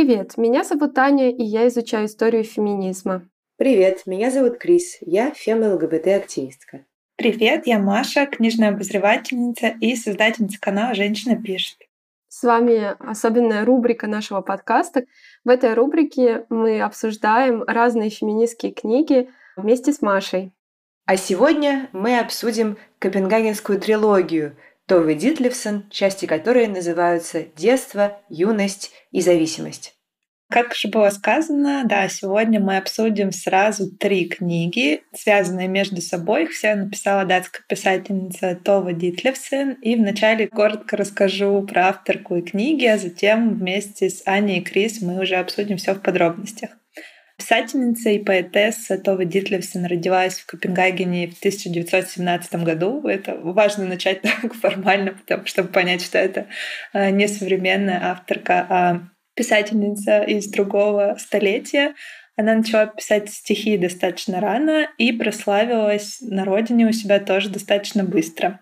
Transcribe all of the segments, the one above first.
Привет, меня зовут Таня, и я изучаю историю феминизма. Привет, меня зовут Крис, я фем-ЛГБТ-активистка. Привет, я Маша, книжная обозревательница и создательница канала «Женщина пишет». С вами особенная рубрика нашего подкаста. В этой рубрике мы обсуждаем разные феминистские книги вместе с Машей. А сегодня мы обсудим Копенгагенскую трилогию Товы Дитлевсон, части которой называются «Детство», «Юность» и «Зависимость». Как уже было сказано, да, сегодня мы обсудим сразу 3 книги, связанные между собой. Их все написала датская писательница Това Дитлевсен. И вначале коротко расскажу про авторку и книги, а затем вместе с Аней и Крис мы уже обсудим все в подробностях. Писательница и поэтесса Това Дитлевсен родилась в Копенгагене в 1917 году. Это важно начать так формально, чтобы понять, что это не современная авторка, а писательница из другого столетия. Она начала писать стихи достаточно рано и прославилась на родине у себя тоже достаточно быстро.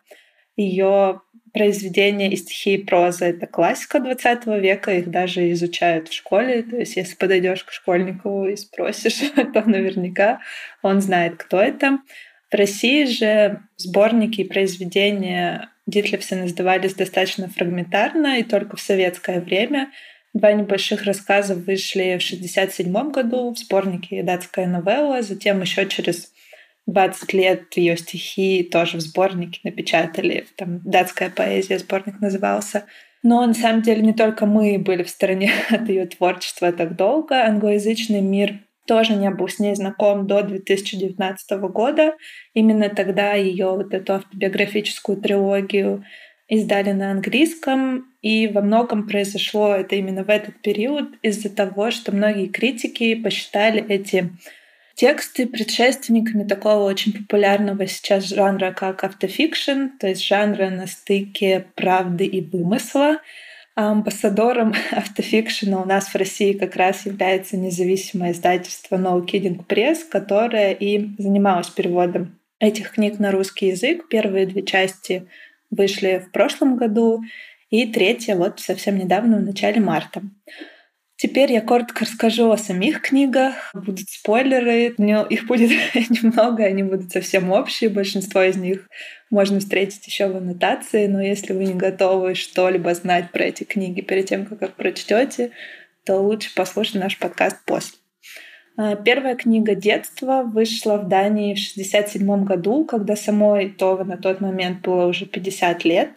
Ее произведения и стихи и проза — это классика XX века, их даже изучают в школе. То есть если подойдешь к школьнику и спросишь, то наверняка он знает, кто это. В России же сборники и произведения Дитлевсен издавались достаточно фрагментарно, и только в советское время 2 небольших рассказа вышли в 1967 году в сборнике «Датская новелла», затем еще через 20 лет ее стихи тоже в сборнике напечатали. Там «Датская поэзия» сборник назывался. Но на самом деле не только мы были в стороне от ее творчества так долго. Англоязычный мир тоже не был с ней знаком до 2019 года. Именно тогда ее вот эту автобиографическую трилогию издали на английском, и во многом произошло это именно в этот период из-за того, что многие критики посчитали эти тексты предшественниками такого очень популярного сейчас жанра, как автофикшн, то есть жанра на стыке правды и вымысла. А амбассадором автофикшена у нас в России как раз является независимое издательство No Kidding Press, которое и занималось переводом этих книг на русский язык. Первые 2 части вышли в прошлом году, и 3 вот совсем недавно, в начале марта. Теперь я коротко расскажу о самих книгах. Будут спойлеры, но их будет немного, они будут совсем общие. Большинство из них можно встретить еще в аннотации, но если вы не готовы что-либо знать про эти книги перед тем, как их прочтете, то лучше послушать наш подкаст после. Первая книга «Детство» вышла в Дании в 1967 году, когда самой Това на тот момент было уже 50 лет.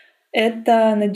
Это на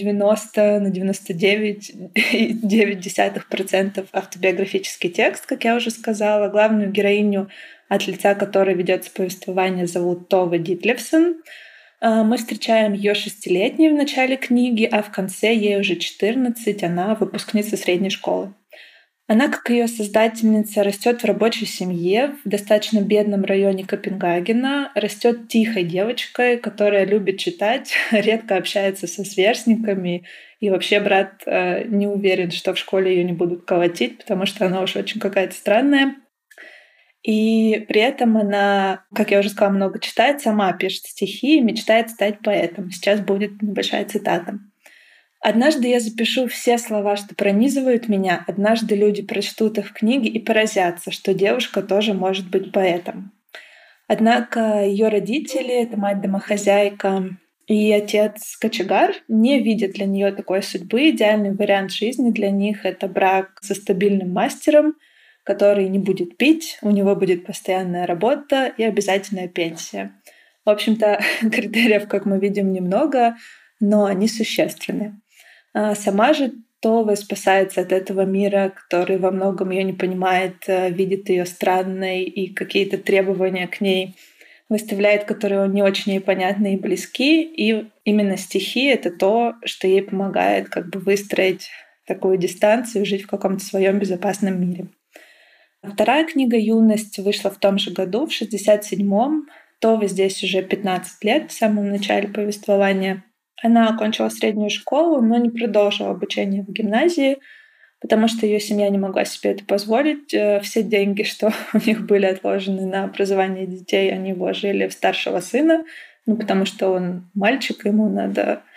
99,9% автобиографический текст, как я уже сказала. Главную героиню, от лица которой ведется повествование, зовут Това Дитлевсен. Мы встречаем ее 6-летней в начале книги, а в конце ей уже 14, она выпускница средней школы. Она, как ее создательница, растет в рабочей семье в достаточно бедном районе Копенгагена, растет тихой девочкой, которая любит читать, редко общается со сверстниками, и вообще брат не уверен, что в школе ее не будут колотить, потому что она уж очень какая-то странная. И при этом она, как я уже сказала, много читает, сама пишет стихи и мечтает стать поэтом. Сейчас будет небольшая цитата. «Однажды я запишу все слова, что пронизывают меня. Однажды люди прочтут их в книге и поразятся, что девушка тоже может быть поэтом». Однако ее родители, это мать-домохозяйка и отец-кочегар, не видят для нее такой судьбы. Идеальный вариант жизни для них — это брак со стабильным мастером, который не будет пить, у него будет постоянная работа и обязательная пенсия. В общем-то, критериев, как мы видим, немного, но они существенны. Сама же Това спасается от этого мира, который во многом ее не понимает, видит ее странной и какие-то требования к ней выставляет, которые не очень ей понятны и близки. И именно стихи — это то, что ей помогает как бы выстроить такую дистанцию, жить в каком-то своем безопасном мире. Вторая книга «Юность» вышла в том же году, в 1967-м. Това здесь уже 15 лет, в самом начале повествования. Она окончила среднюю школу, но не продолжила обучение в гимназии, потому что ее семья не могла себе это позволить. Все деньги, что у них были отложены на образование детей, они вложили в старшего сына, потому что он мальчик, ему надо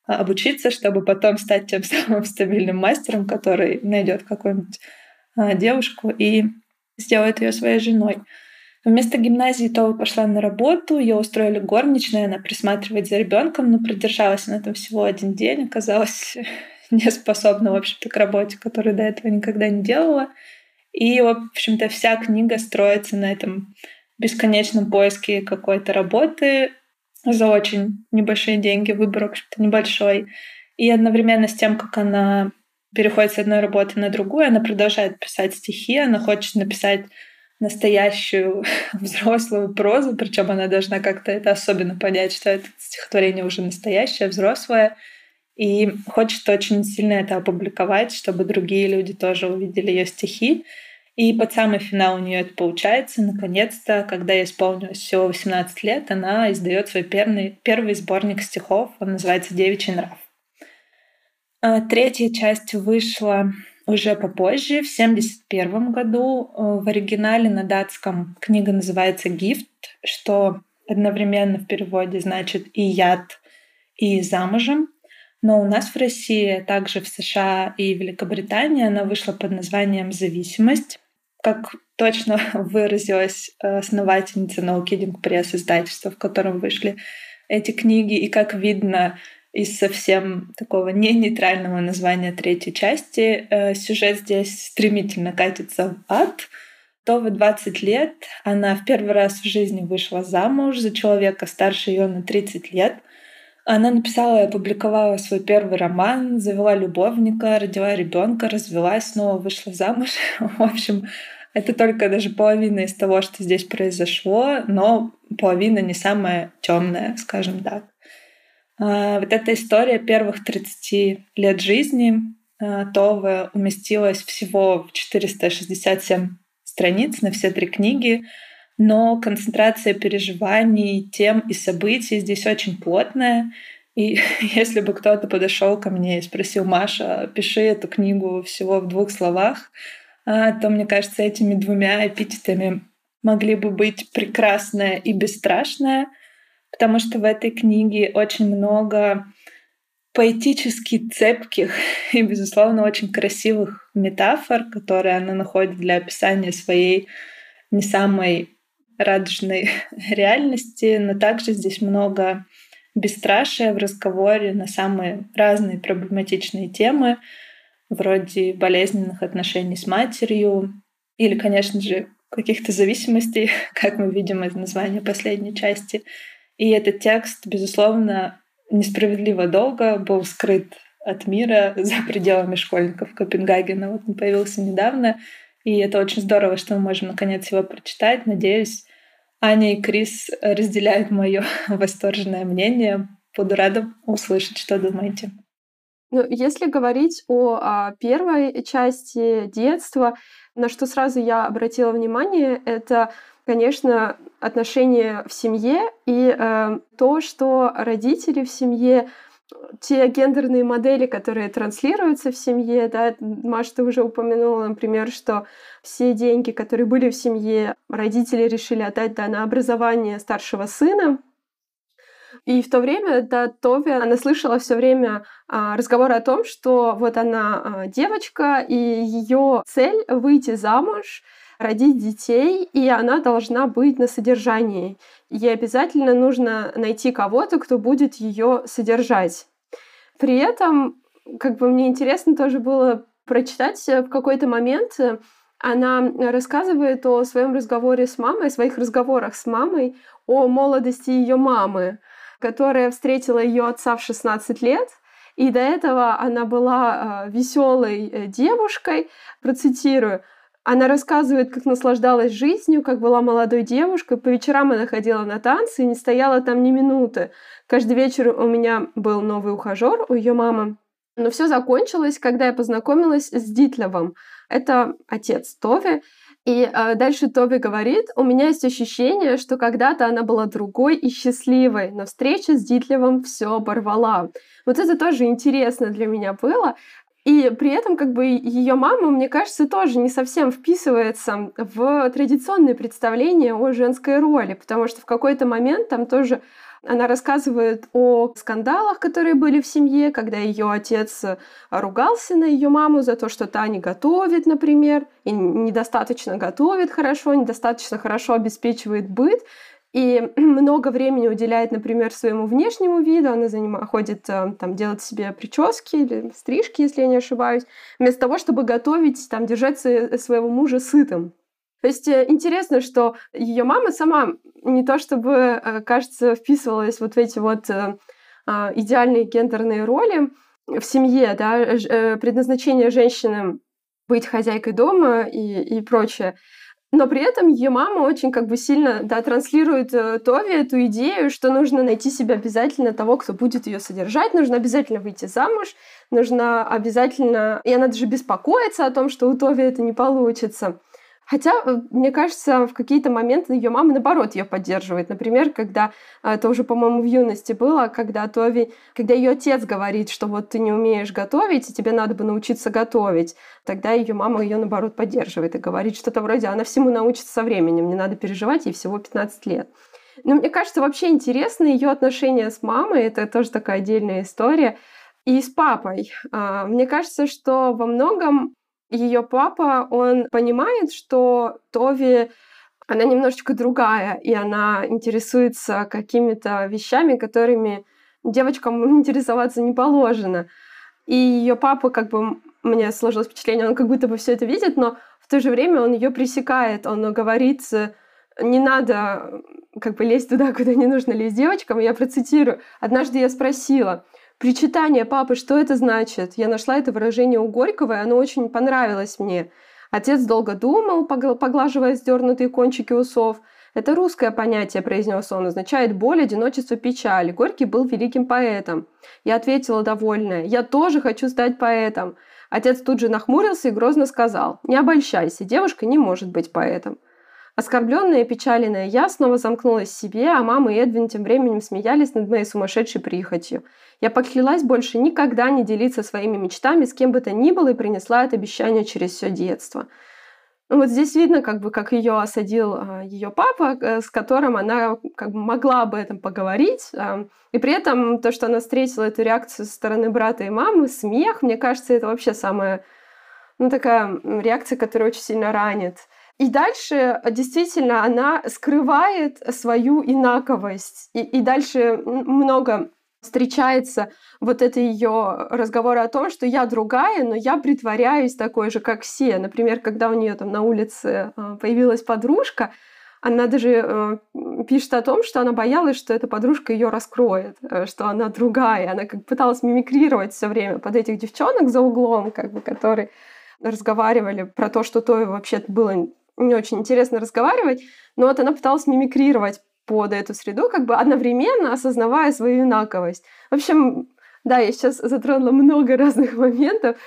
обучиться, чтобы потом стать тем самым стабильным мастером, который найдет какую-нибудь девушку и сделает ее своей женой. Вместо гимназии Това пошла на работу, ее устроили горничной, она присматривает за ребенком, но продержалась на этом всего 1 день, оказалась не способна, в общем-то, к работе, которую до этого никогда не делала. И, в общем-то, вся книга строится на этом бесконечном поиске какой-то работы за очень небольшие деньги, выбор, в общем-то, небольшой. И одновременно с тем, как она переходит с одной работы на другую, она продолжает писать стихи, она хочет написать настоящую взрослую прозу, причем она должна как-то это особенно понять, что это стихотворение уже настоящее, взрослое, и хочет очень сильно это опубликовать, чтобы другие люди тоже увидели ее стихи. И под самый финал у нее это получается. Наконец-то, когда ей исполнилось всего 18 лет, она издает свой первый сборник стихов. Он называется «Девичий нрав». 3-я часть вышла уже попозже, в 1971 году. В оригинале на датском книга называется «Гифт», что одновременно в переводе значит и «яд», и «замужем». Но у нас в России, также в США и Великобритании она вышла под названием «Зависимость». Как точно выразилась основательница No Kidding Press, издательства, в котором вышли эти книги, и как видно из совсем такого не нейтрального названия 3-й части, сюжет здесь стремительно катится в ад. Това 20 лет, она в первый раз в жизни вышла замуж за человека старше ее на 30 лет. Она написала и опубликовала свой первый роман, завела любовника, родила ребенка, развелась, снова вышла замуж. В общем, это только даже половина из того, что здесь произошло, но половина не самая темная, скажем так. Вот эта история первых 30 лет жизни Това уместилась всего в 467 страниц на все 3 книги, но концентрация переживаний, тем и событий здесь очень плотная. И если бы кто-то подошел ко мне и спросил: «Маша, пиши эту книгу всего в 2 словах», то, мне кажется, этими 2 эпитетами могли бы быть «прекрасная» и «бесстрашная», потому что в этой книге очень много поэтически цепких и, безусловно, очень красивых метафор, которые она находит для описания своей не самой радужной реальности, но также здесь много бесстрашия в разговоре на самые разные проблематичные темы, вроде болезненных отношений с матерью или, конечно же, каких-то зависимостей, как мы видим из названия последней части. И этот текст, безусловно, несправедливо долго был скрыт от мира за пределами школьников Копенгагена. Вот он появился недавно, и это очень здорово, что мы можем наконец его прочитать. Надеюсь, Аня и Крис разделяют мое восторженное мнение. Буду рада услышать, что думаете. Ну, если говорить о первой части детства, на что сразу я обратила внимание, это, конечно, отношения в семье и то, что родители в семье, те гендерные модели, которые транслируются в семье, да, Маша, ты уже упомянула, например, что все деньги, которые были в семье, родители решили отдать, да, на образование старшего сына. И в то время, да, Това, она слышала все время разговоры о том, что вот она девочка, и ее цель — выйти замуж, родить детей, и она должна быть на содержании. Ей обязательно нужно найти кого-то, кто будет ее содержать. При этом, как бы мне интересно тоже было прочитать в какой-то момент, она рассказывает о своем разговоре с мамой, о своих разговорах с мамой, о молодости ее мамы, которая встретила ее отца в 16 лет, и до этого она была веселой девушкой. Процитирую: она рассказывает, как наслаждалась жизнью, как была молодой девушкой. По вечерам она ходила на танцы и не стояла там ни минуты. Каждый вечер у меня был новый ухажер, у ее мамы. Но все закончилось, когда я познакомилась с Дитлевом. Это отец Това. И дальше Това говорит: у меня есть ощущение, что когда-то она была другой и счастливой, но встреча с Дитлевым все оборвала. Вот это тоже интересно для меня было. И при этом как бы ее мама, мне кажется, тоже не совсем вписывается в традиционные представления о женской роли, потому что в какой-то момент там тоже она рассказывает о скандалах, которые были в семье, когда ее отец ругался на ее маму за то, что та не готовит, например, и недостаточно готовит хорошо, недостаточно хорошо обеспечивает быт. И много времени уделяет, например, своему внешнему виду. Она ходит там, делать себе прически или стрижки, если я не ошибаюсь, вместо того, чтобы готовить, там, держать своего мужа сытым. То есть интересно, что ее мама сама не то чтобы, кажется, вписывалась вот в эти вот идеальные гендерные роли в семье, да, предназначение женщины быть хозяйкой дома и прочее. Но при этом ее мама очень как бы сильно, да, транслирует Тови эту идею, что нужно найти себе обязательно того, кто будет ее содержать, нужно обязательно выйти замуж, нужно обязательно... И она даже беспокоится о том, что у Тови это не получится. Хотя, мне кажется, в какие-то моменты ее мама, наоборот, ее поддерживает. Например, когда, это уже, по-моему, в юности было, когда ее отец говорит, что вот ты не умеешь готовить, и тебе надо бы научиться готовить, тогда ее мама ее, наоборот, поддерживает и говорит что-то вроде «она всему научится со временем, не надо переживать, ей всего 15 лет». Но мне кажется, вообще интересно ее отношения с мамой, это тоже такая отдельная история, и с папой. Мне кажется, что во многом ее папа, он понимает, что Тови, она немножечко другая, и она интересуется какими-то вещами, которыми девочкам интересоваться не положено. И ее папа, как бы, мне сложилось впечатление, он как будто бы все это видит, но в то же время он ее пресекает, он говорит, не надо как бы лезть туда, куда не нужно лезть девочкам. Я процитирую. «Однажды я спросила: причитание папы, что это значит? Я нашла это выражение у Горького, и оно очень понравилось мне. Отец долго думал, поглаживая сдернутые кончики усов. Это русское понятие, произнес он, означает боль, одиночество, печаль. Горький был великим поэтом. Я ответила довольная: я тоже хочу стать поэтом. Отец тут же нахмурился и грозно сказал: не обольщайся, девушка не может быть поэтом. Оскорбленная и опечаленная я снова замкнулась в себе, а мама и Эдвин тем временем смеялись над моей сумасшедшей прихотью. Я поклялась больше никогда не делиться своими мечтами с кем бы то ни было и принесла это обещание через все детство». Ну, вот здесь видно, как бы, как ее осадил ее папа, с которым она как бы могла об этом поговорить. И при этом то, что она встретила эту реакцию со стороны брата и мамы, смех, мне кажется, это вообще самая, ну, такая реакция, которая очень сильно ранит. И дальше действительно она скрывает свою инаковость. И дальше много встречается вот это ее разговоры о том, что я другая, но я притворяюсь такой же, как все. Например, когда у нее там на улице появилась подружка, она даже пишет о том, что она боялась, что эта подружка ее раскроет, что она другая. Она как пыталась мимикрировать все время под этих девчонок за углом, как бы, которые разговаривали про то, что то вообще-то было не очень интересно разговаривать, но вот она пыталась мимикрировать под эту среду, как бы одновременно осознавая свою инаковость. В общем, да, я сейчас затронула много разных моментов,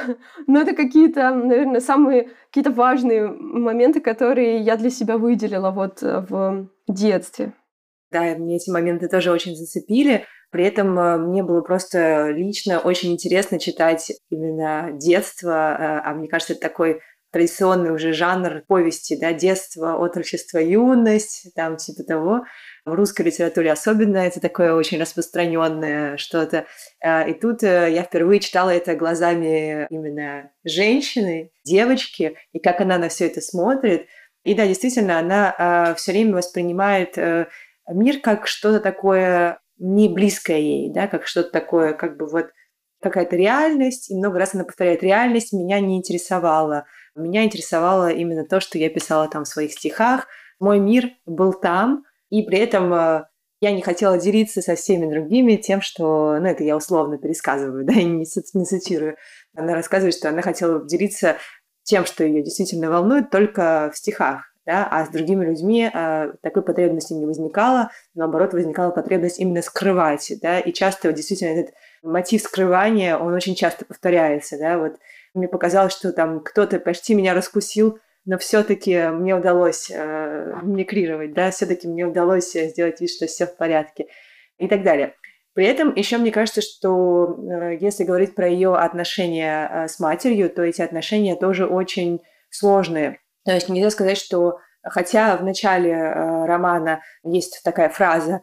но это какие-то, наверное, самые какие-то важные моменты, которые я для себя выделила вот в детстве. Да, мне эти моменты тоже очень зацепили. При этом мне было просто лично очень интересно читать именно детство, а мне кажется, это такой традиционный уже жанр повести, да, детство, отрочество, юность, там типа того. В русской литературе особенно это такое очень распространенное что-то. И тут я впервые читала это глазами именно женщины, девочки, и как она на все это смотрит. И да, действительно, она все время воспринимает мир как что-то такое не близкое ей, да, как что-то такое, как бы вот какая-то реальность, и много раз она повторяет: реальность меня не интересовала. Меня интересовало именно то, что я писала там в своих стихах. Мой мир был там, и при этом я не хотела делиться со всеми другими тем, что... Ну, это я условно пересказываю, да, и не цитирую. Она рассказывает, что она хотела делиться тем, что ее действительно волнует, только в стихах. Да, а с другими людьми такой потребности не возникало, наоборот, возникала потребность именно скрывать, да, и часто действительно этот мотив скрывания, он очень часто повторяется, да, вот мне показалось, что там кто-то почти меня раскусил, но все-таки мне удалось мимикрировать, да, все-таки мне удалось сделать вид, что все в порядке и так далее. При этом еще мне кажется, что если говорить про ее отношения с матерью, то эти отношения тоже очень сложные. То есть нельзя сказать, что хотя в начале романа есть такая фраза,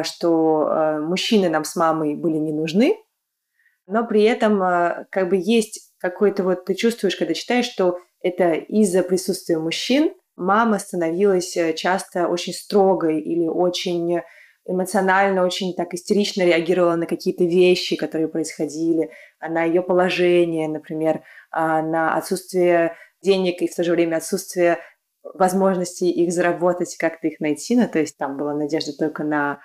что мужчины нам с мамой были не нужны, но при этом как бы есть какой-то вот ты чувствуешь, когда читаешь, что это из-за присутствия мужчин мама становилась часто очень строгой или очень эмоционально, очень так истерично реагировала на какие-то вещи, которые происходили, на ее положение, например, на отсутствие денег и в то же время отсутствие возможности их заработать, как-то их найти. Ну, то есть там была надежда только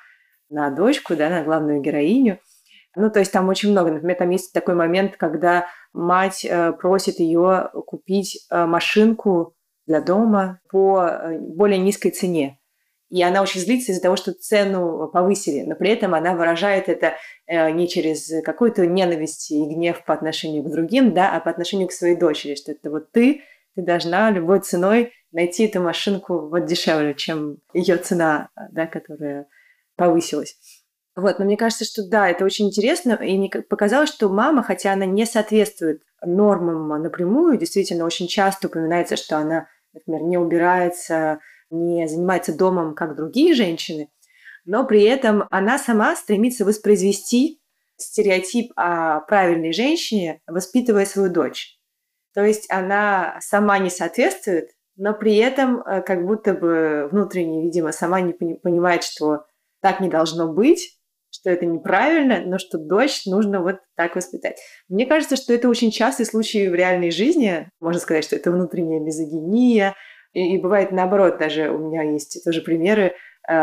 на дочку, да, на главную героиню. Ну, то есть там очень много. Например, там есть такой момент, когда мать просит ее купить машинку для дома по более низкой цене. И она очень злится из-за того, что цену повысили, но при этом она выражает это не через какую-то ненависть и гнев по отношению к другим, да, а по отношению к своей дочери, что это вот ты должна любой ценой найти эту машинку вот дешевле, чем ее цена, да, которая повысилась. Вот, но мне кажется, что да, это очень интересно, и мне показалось, что мама, хотя она не соответствует нормам напрямую, действительно очень часто упоминается, что она, например, не убирается, не занимается домом, как другие женщины, но при этом она сама стремится воспроизвести стереотип о правильной женщине, воспитывая свою дочь. То есть она сама не соответствует, но при этом как будто бы внутренне, видимо, сама не понимает, что так не должно быть, что это неправильно, но что дочь нужно вот так воспитать. Мне кажется, что это очень частый случай в реальной жизни. Можно сказать, что это внутренняя мизогиния. И бывает наоборот, даже у меня есть тоже примеры.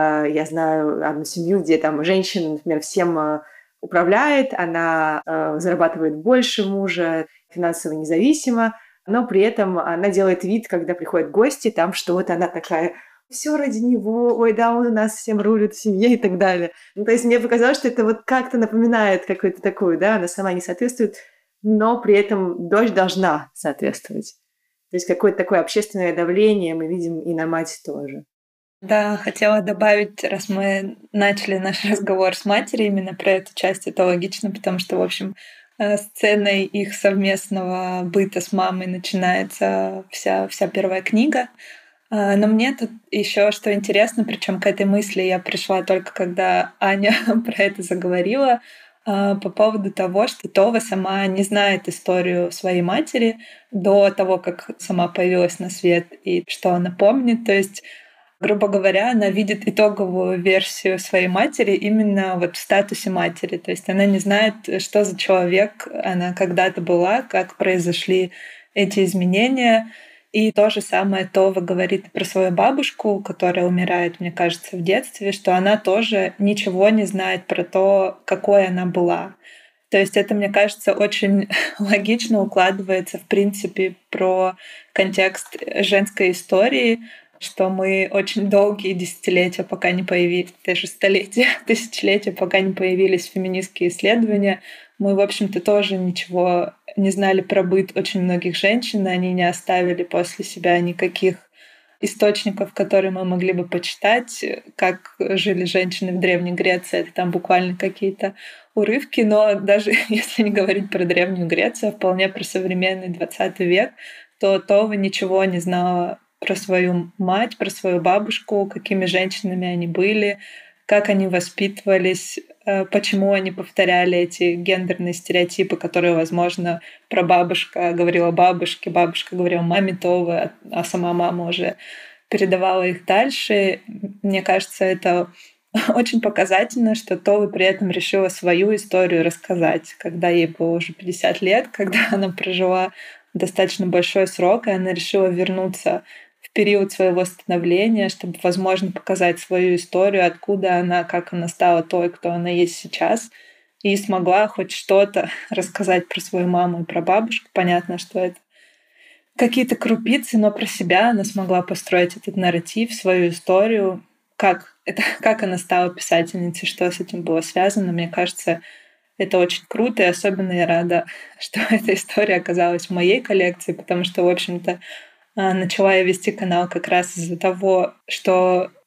Я знаю одну семью, где там женщина, например, всем управляет, она зарабатывает больше мужа, финансово независима, но при этом она делает вид, когда приходят гости, там, что вот она такая все ради него, ой, да, он у нас всем рулит в семье и так далее. Ну, то есть мне показалось, что это вот как-то напоминает какую-то такую, да, она сама не соответствует, но при этом дочь должна соответствовать. То есть какое-то такое общественное давление мы видим и на мать тоже. Да, хотела добавить, раз мы начали наш разговор с матерью именно про эту часть, это логично, потому что, в общем, сценой их совместного быта с мамой начинается вся первая книга. Но мне тут еще что интересно, причем к этой мысли я пришла только когда Аня про это заговорила, по поводу того, что Това сама не знает историю своей матери до того, как сама появилась на свет и что она помнит. То есть, грубо говоря, она видит итоговую версию своей матери именно вот в статусе матери. То есть она не знает, что за человек она когда-то была, как произошли эти изменения. И то же самое Това говорит про свою бабушку, которая умирает, мне кажется, в детстве, что она тоже ничего не знает про то, какой она была. То есть это, мне кажется, очень логично укладывается, в принципе, про контекст женской истории, что мы очень долгие десятилетия, пока не появились, даже столетия, тысячелетия, пока не появились феминистские исследования, мы, в общем-то, тоже ничего не знали про быт очень многих женщин, они не оставили после себя никаких источников, которые мы могли бы почитать, как жили женщины в Древней Греции. Это там буквально какие-то урывки, но даже если не говорить про Древнюю Грецию, а вполне про современный 20 век, то Това ничего не знала про свою мать, про свою бабушку, какими женщинами они были, как они воспитывались, почему они повторяли эти гендерные стереотипы, которые, возможно, прабабушка говорила бабушке, бабушка говорила маме Това, а сама мама уже передавала их дальше. Мне кажется, это очень показательно, что Това при этом решила свою историю рассказать, когда ей было уже 50 лет, когда она прожила достаточно большой срок, и она решила вернуться в период своего становления, чтобы, возможно, показать свою историю, откуда она, как она стала той, кто она есть сейчас, и смогла хоть что-то рассказать про свою маму и про бабушку. Понятно, что это какие-то крупицы, но про себя она смогла построить этот нарратив, свою историю, как она стала писательницей, что с этим было связано. Мне кажется, это очень круто, и особенно я рада, что эта история оказалась в моей коллекции, потому что, в общем-то, начала я вести канал как раз из-за того, что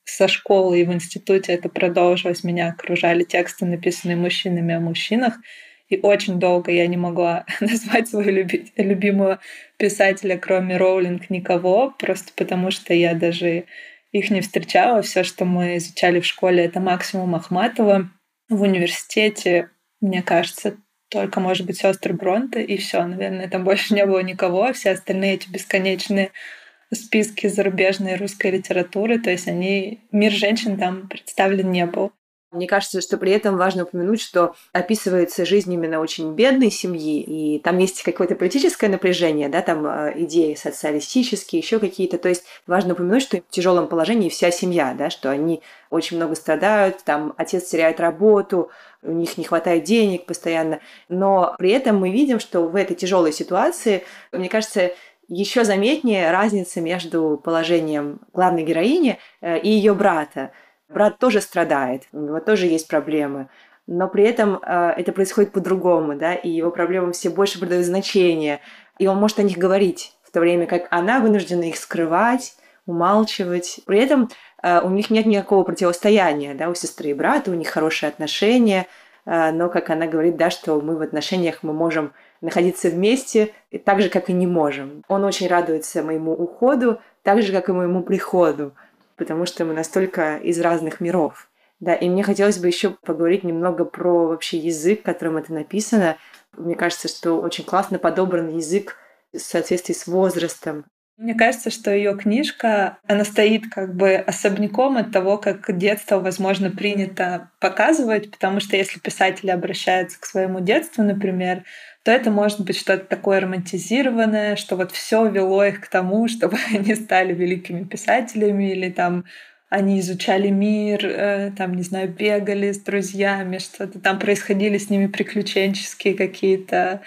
со школы и в институте это продолжилось. Меня окружали тексты, написанные мужчинами о мужчинах. И очень долго я не могла назвать свою любимую писателя, кроме Роулинг, никого, просто потому что я даже их не встречала. Все, что мы изучали в школе, это максимум Ахматова. В университете, мне кажется, только, может быть, сестры Бронте, и все, наверное, там больше не было никого. Все остальные эти бесконечные списки зарубежной русской литературы, то есть мир женщин там представлен не был. Мне кажется, что при этом важно упомянуть, что описывается жизнь именно очень бедной семьи, и там есть какое-то политическое напряжение, да, там идеи социалистические, еще какие-то. То есть важно упомянуть, что в тяжелом положении вся семья, да, что они очень много страдают, там отец теряет работу, у них не хватает денег постоянно. Но при этом мы видим, что в этой тяжелой ситуации, мне кажется, еще заметнее разница между положением главной героини и ее брата. Брат тоже страдает, у него тоже есть проблемы, но при этом это происходит по-другому, да, и его проблемы все больше придают значение, и он может о них говорить, в то время как она вынуждена их скрывать, умалчивать. При этом у них нет никакого противостояния, да, у сестры и брата, у них хорошие отношения, но, как она говорит, да, что мы в отношениях мы можем находиться вместе так же, как и не можем. Он очень радуется моему уходу, так же, как и моему приходу, потому что мы настолько из разных миров. Да, и мне хотелось бы еще поговорить немного про вообще язык, которым это написано. Мне кажется, что очень классно подобран язык в соответствии с возрастом. Мне кажется, что ее книжка, она стоит как бы особняком от того, как детство, возможно, принято показывать, потому что если писатели обращаются к своему детству, например, то это может быть что-то такое романтизированное, что вот все вело их к тому, чтобы они стали великими писателями, или там они изучали мир, там, не знаю, бегали с друзьями, что-то там происходили с ними приключенческие какие-то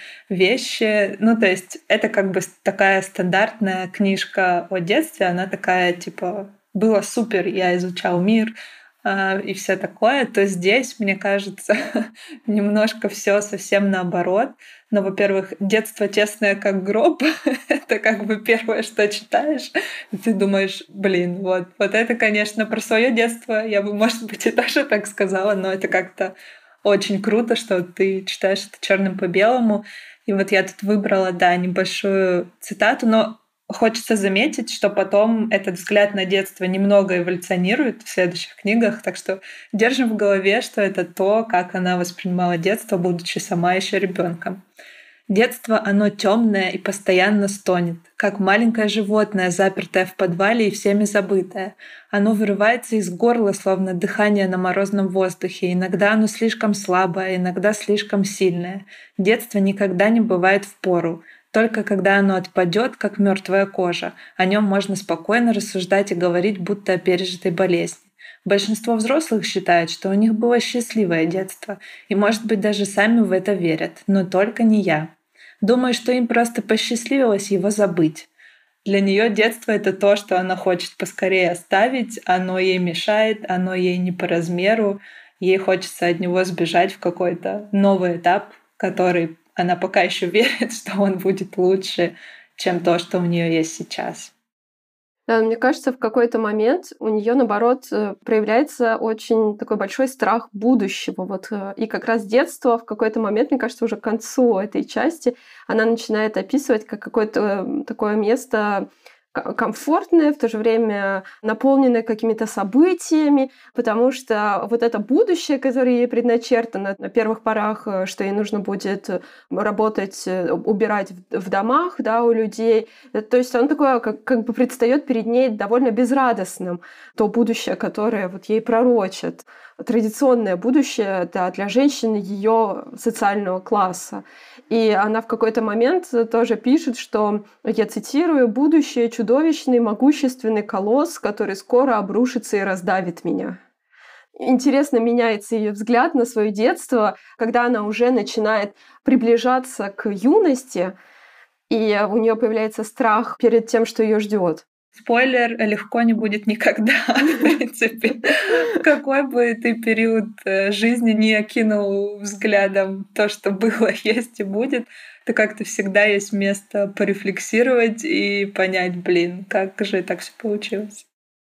вещи. Ну, то есть это как бы такая стандартная книжка о детстве, она такая, типа, было супер, я изучал мир, и все такое, то здесь, мне кажется, немножко все совсем наоборот. Но, во-первых, детство тесное как гроб, это как бы первое, что читаешь, и ты думаешь, блин, вот это, конечно, про свое детство я бы, может быть, и тоже так сказала, но это как-то очень круто, что ты читаешь это черным по белому. И вот я тут выбрала, да, небольшую цитату, но хочется заметить, что потом этот взгляд на детство немного эволюционирует в следующих книгах, так что держим в голове, что это то, как она воспринимала детство, будучи сама еще ребенком. Детство, оно темное и постоянно стонет, как маленькое животное, запертое в подвале и всеми забытое. Оно вырывается из горла, словно дыхание на морозном воздухе. Иногда оно слишком слабое, иногда слишком сильное. Детство никогда не бывает впору. Только когда оно отпадет, как мертвая кожа, о нем можно спокойно рассуждать и говорить, будто о пережитой болезни. Большинство взрослых считает, что у них было счастливое детство, и, может быть, даже сами в это верят, но только не я. Думаю, что им просто посчастливилось его забыть. Для нее детство — это то, что она хочет поскорее оставить, оно ей мешает, оно ей не по размеру, ей хочется от него сбежать в какой-то новый этап, который она пока еще верит, что он будет лучше, чем то, что у нее есть сейчас. Да, мне кажется, в какой-то момент у нее, наоборот, проявляется очень такой большой страх будущего. И как раз детство в какой-то момент, мне кажется, уже к концу этой части, она начинает описывать как какое-то такое место комфортное, в то же время наполненное какими-то событиями, потому что вот это будущее, которое ей предначертано на первых порах, что ей нужно будет работать, убирать в домах, да, у людей, то есть оно такое, как бы предстает перед ней довольно безрадостным, то будущее, которое вот ей пророчат, традиционное будущее, да, для женщин ее социального класса. И она в какой-то момент тоже пишет, что, я цитирую, «будущее — чудовищный, могущественный колосс, который скоро обрушится и раздавит меня». Интересно меняется ее взгляд на свое детство, когда она уже начинает приближаться к юности, и у нее появляется страх перед тем, что ее ждет. Спойлер, легко не будет никогда, в принципе. В какой бы ты период жизни не окинул взглядом то, что было, есть и будет, то как-то всегда есть место порефлексировать и понять, блин, как же так все получилось.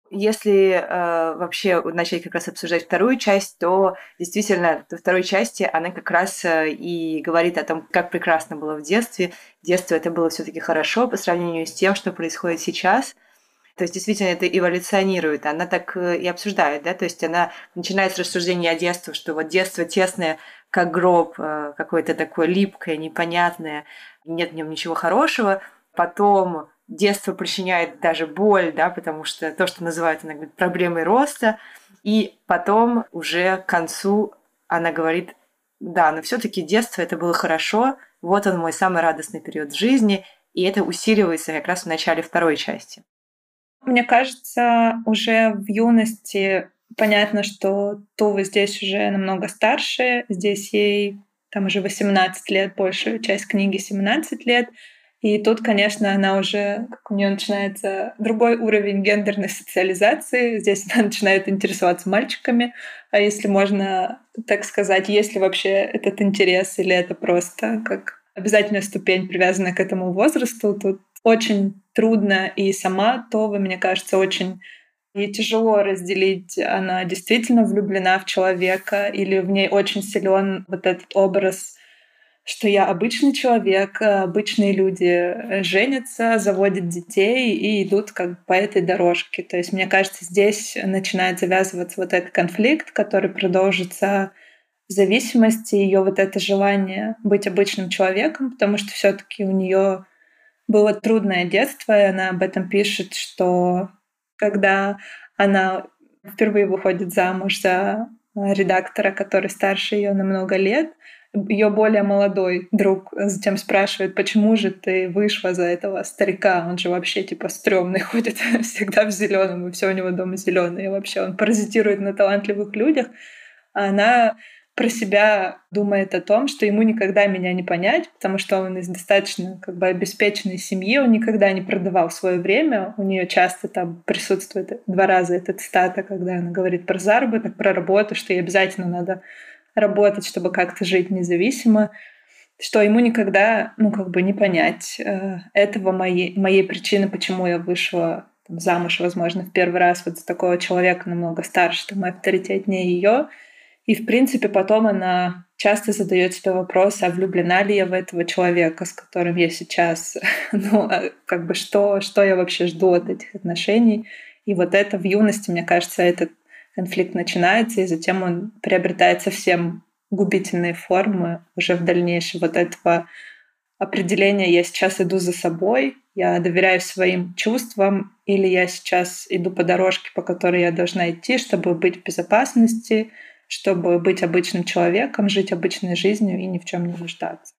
Если вообще начать как раз обсуждать вторую часть, то действительно во второй части она как раз и говорит о том, как прекрасно было в детстве. Детство это было все-таки хорошо по сравнению с тем, что происходит сейчас. То есть действительно это эволюционирует. Она так и обсуждает, да, то есть она начинает с рассуждения о детстве, что вот детство тесное, как гроб, какое-то такое липкое, непонятное, нет в нем ничего хорошего. Потом детство причиняет даже боль, да, потому что то, что называют иногда проблемой роста. И потом уже к концу она говорит, да, но все-таки детство это было хорошо, вот он мой самый радостный период в жизни, и это усиливается как раз в начале второй части. Мне кажется, уже в юности понятно, что Тува здесь уже намного старше, здесь ей там уже 18 лет, большую часть книги 17 лет. И тут, конечно, она уже, как у нее начинается другой уровень гендерной социализации. Здесь она начинает интересоваться мальчиками. А если можно так сказать, есть ли вообще этот интерес, или это просто как обязательная ступень, привязанная к этому возрасту, тут очень трудно. И сама Това, мне кажется, очень ей тяжело разделить, она действительно влюблена в человека или в ней очень силен вот этот образ, что я обычный человек, обычные люди женятся, заводят детей и идут как бы по этой дорожке. То есть, мне кажется, здесь начинает завязываться вот этот конфликт, который продолжится в зависимости, ее вот это желание быть обычным человеком, потому что все-таки у нее было трудное детство, и она об этом пишет, что когда она впервые выходит замуж за редактора, который старше ее на много лет, ее более молодой друг затем спрашивает, почему же ты вышла за этого старика? Он же вообще типа стрёмный, ходит всегда в зеленом, и все у него дома зеленое. И вообще он паразитирует на талантливых людях. А она про себя думает о том, что ему никогда меня не понять, потому что он из достаточно как бы обеспеченной семьи, он никогда не продавал свое время, у нее часто там присутствует 2 раза эта цитата, когда она говорит про заработок, про работу, что ей обязательно надо работать, чтобы как-то жить независимо, что ему никогда, ну, как бы не понять этого моей причины, почему я вышла там, замуж, возможно, в первый раз вот за такого человека намного старше, там, авторитетнее ее. И, в принципе, потом она часто задает себе вопрос, а влюблена ли я в этого человека, с которым я сейчас, ну, как бы что я вообще жду от этих отношений. И вот это в юности, мне кажется, этот конфликт начинается, и затем он приобретает совсем губительные формы уже в дальнейшем вот этого определения «я сейчас иду за собой», «я доверяю своим чувствам», или «я сейчас иду по дорожке, по которой я должна идти, чтобы быть в безопасности», чтобы быть обычным человеком, жить обычной жизнью и ни в чем не нуждаться.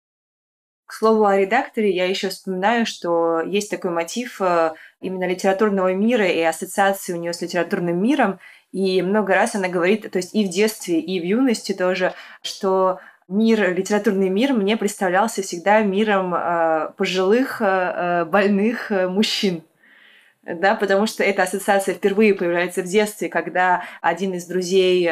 К слову о редакторе, я еще вспоминаю, что есть такой мотив именно литературного мира и ассоциации у нее с литературным миром. И много раз она говорит, то есть и в детстве, и в юности тоже, что литературный мир мне представлялся всегда миром пожилых, больных мужчин. Да, потому что эта ассоциация впервые появляется в детстве, когда один из друзей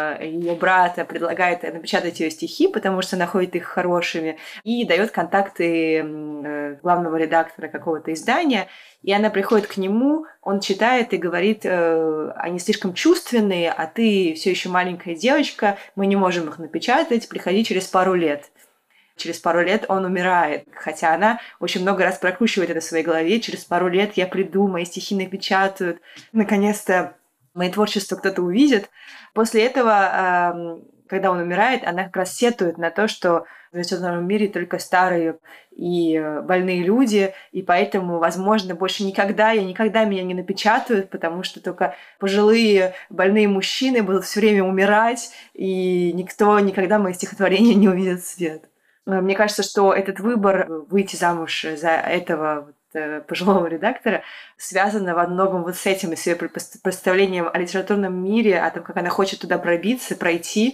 ее брата предлагает напечатать ее стихи, потому что находит их хорошими, и дает контакты главного редактора какого-то издания, и она приходит к нему, он читает и говорит, они слишком чувственные, а ты все еще маленькая девочка, мы не можем их напечатать, приходи через пару лет. Через пару лет он умирает. Хотя она очень много раз прокручивает это в своей голове. Через пару лет я приду, мои стихи напечатают. Наконец-то мое творчество кто-то увидит. После этого, когда он умирает, она как раз сетует на то, что в литературном мире только старые и больные люди, и поэтому, возможно, больше никогда меня не напечатают, потому что только пожилые больные мужчины будут все время умирать, и никто никогда мои стихотворения не увидит свет. Мне кажется, что этот выбор выйти замуж за этого пожилого редактора связано во многом вот с этим, с ее представлением о литературном мире, о том, как она хочет туда пробиться, пройти,